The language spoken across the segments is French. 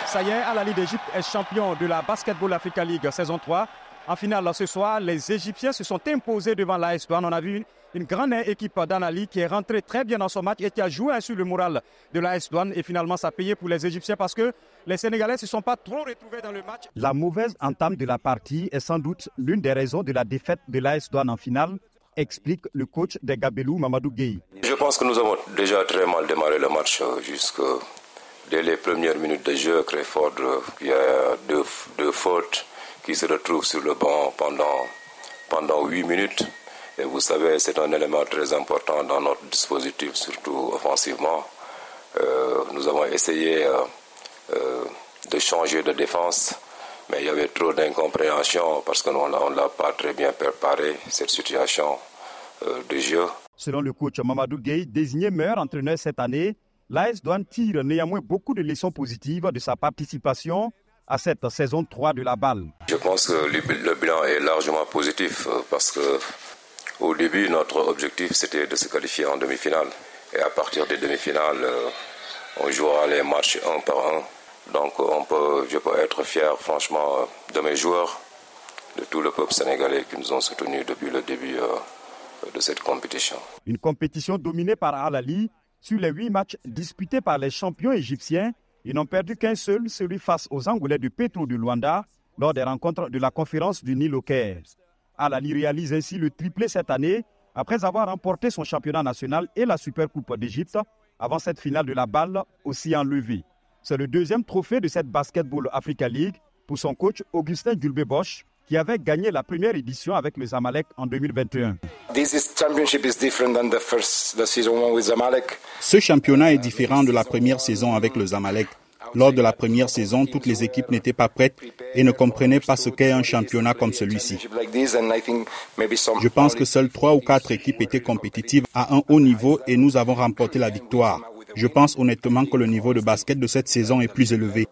Ça y est, Al Ahly d'Égypte est champion de la Basketball Africa League saison 3. En finale ce soir, les Égyptiens se sont imposés devant l'AS Douanes. On a vu une grande équipe d'Al Ahly qui est rentrée très bien dans son match et qui a joué sur le moral de l'AS Douanes. Et finalement, ça a payé pour les Égyptiens parce que les Sénégalais ne se sont pas trop retrouvés dans le match. La mauvaise entame de la partie est sans doute l'une des raisons de la défaite de l'AS Douanes en finale, explique le coach des Gabelou, Mamadou Gueye. Je pense que nous avons déjà très mal démarré le match dès les premières minutes de jeu. Crawford, il y a deux fautes qui se retrouvent sur le banc pendant 8 minutes. Et vous savez, c'est un élément très important dans notre dispositif, surtout offensivement. Nous avons essayé de changer de défense, mais il y avait trop d'incompréhension parce qu'on ne l'a pas très bien préparé, cette situation de jeu. Selon le coach Mamadou Gueye, désigné meilleur entraîneur cette année, l'AS Douanes tire néanmoins beaucoup de leçons positives de sa participation à cette saison 3 de la balle. Je pense que le bilan est largement positif parce que au début, notre objectif c'était de se qualifier en demi-finale. Et à partir des demi-finales, on jouera les matchs un par un. Donc je peux être fier franchement de mes joueurs, de tout le peuple sénégalais qui nous ont soutenus depuis le début de cette compétition. Une compétition dominée par Al Ahly. Sur les 8 matchs disputés par les champions égyptiens, ils n'ont perdu qu'un seul, celui face aux Angolais du Petro de Luanda, lors des rencontres de la conférence du Nil au Caire. Al Ahly réalise ainsi le triplé cette année, après avoir remporté son championnat national et la Supercoupe d'Égypte, avant cette finale de la balle aussi enlevée. C'est le deuxième trophée de cette Basketball Africa League pour son coach Augustin Gulbe-Bosch, qui avait gagné la première édition avec le Zamalek en 2021. Ce championnat est différent de la première saison avec le Zamalek. Lors de la première saison, toutes les équipes n'étaient pas prêtes et ne comprenaient pas ce qu'est un championnat comme celui-ci. Je pense que seules 3 ou 4 équipes étaient compétitives à un haut niveau et nous avons remporté la victoire. Je pense honnêtement que le niveau de basket de cette saison est plus élevé.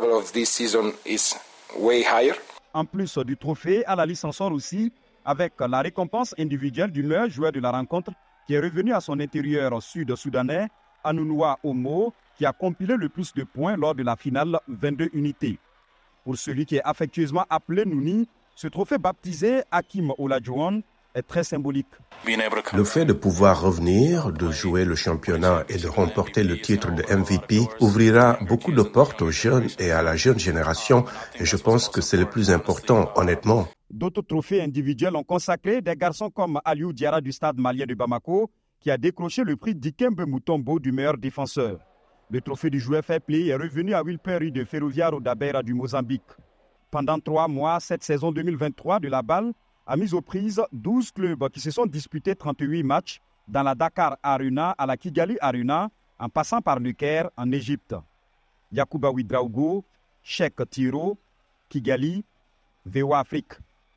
En plus du trophée, Al Ahly s'en sort aussi avec la récompense individuelle du meilleur joueur de la rencontre qui est revenu à son intérieur sud-soudanais, Anounoua Omo, qui a compilé le plus de points lors de la finale 22 unités. Pour celui qui est affectueusement appelé Nouni, ce trophée baptisé Hakim Olajuwon est très symbolique. Le fait de pouvoir revenir, de jouer le championnat et de remporter le titre de MVP ouvrira beaucoup de portes aux jeunes et à la jeune génération et je pense que c'est le plus important, honnêtement. D'autres trophées individuels ont consacré des garçons comme Aliou Diarra du stade malien de Bamako qui a décroché le prix Dikembe Mutombo du meilleur défenseur. Le trophée du joueur fair play est revenu à Will Perry de Ferroviário da Beira du Mozambique. Pendant 3 mois, cette saison 2023 de la balle a mis aux prises 12 clubs qui se sont disputés 38 matchs dans la Dakar Arena, à la Kigali Arena, en passant par le Caire en Égypte. Yacouba Ouedraogo, Cheikh Tiro, Kigali, VOA Afrique.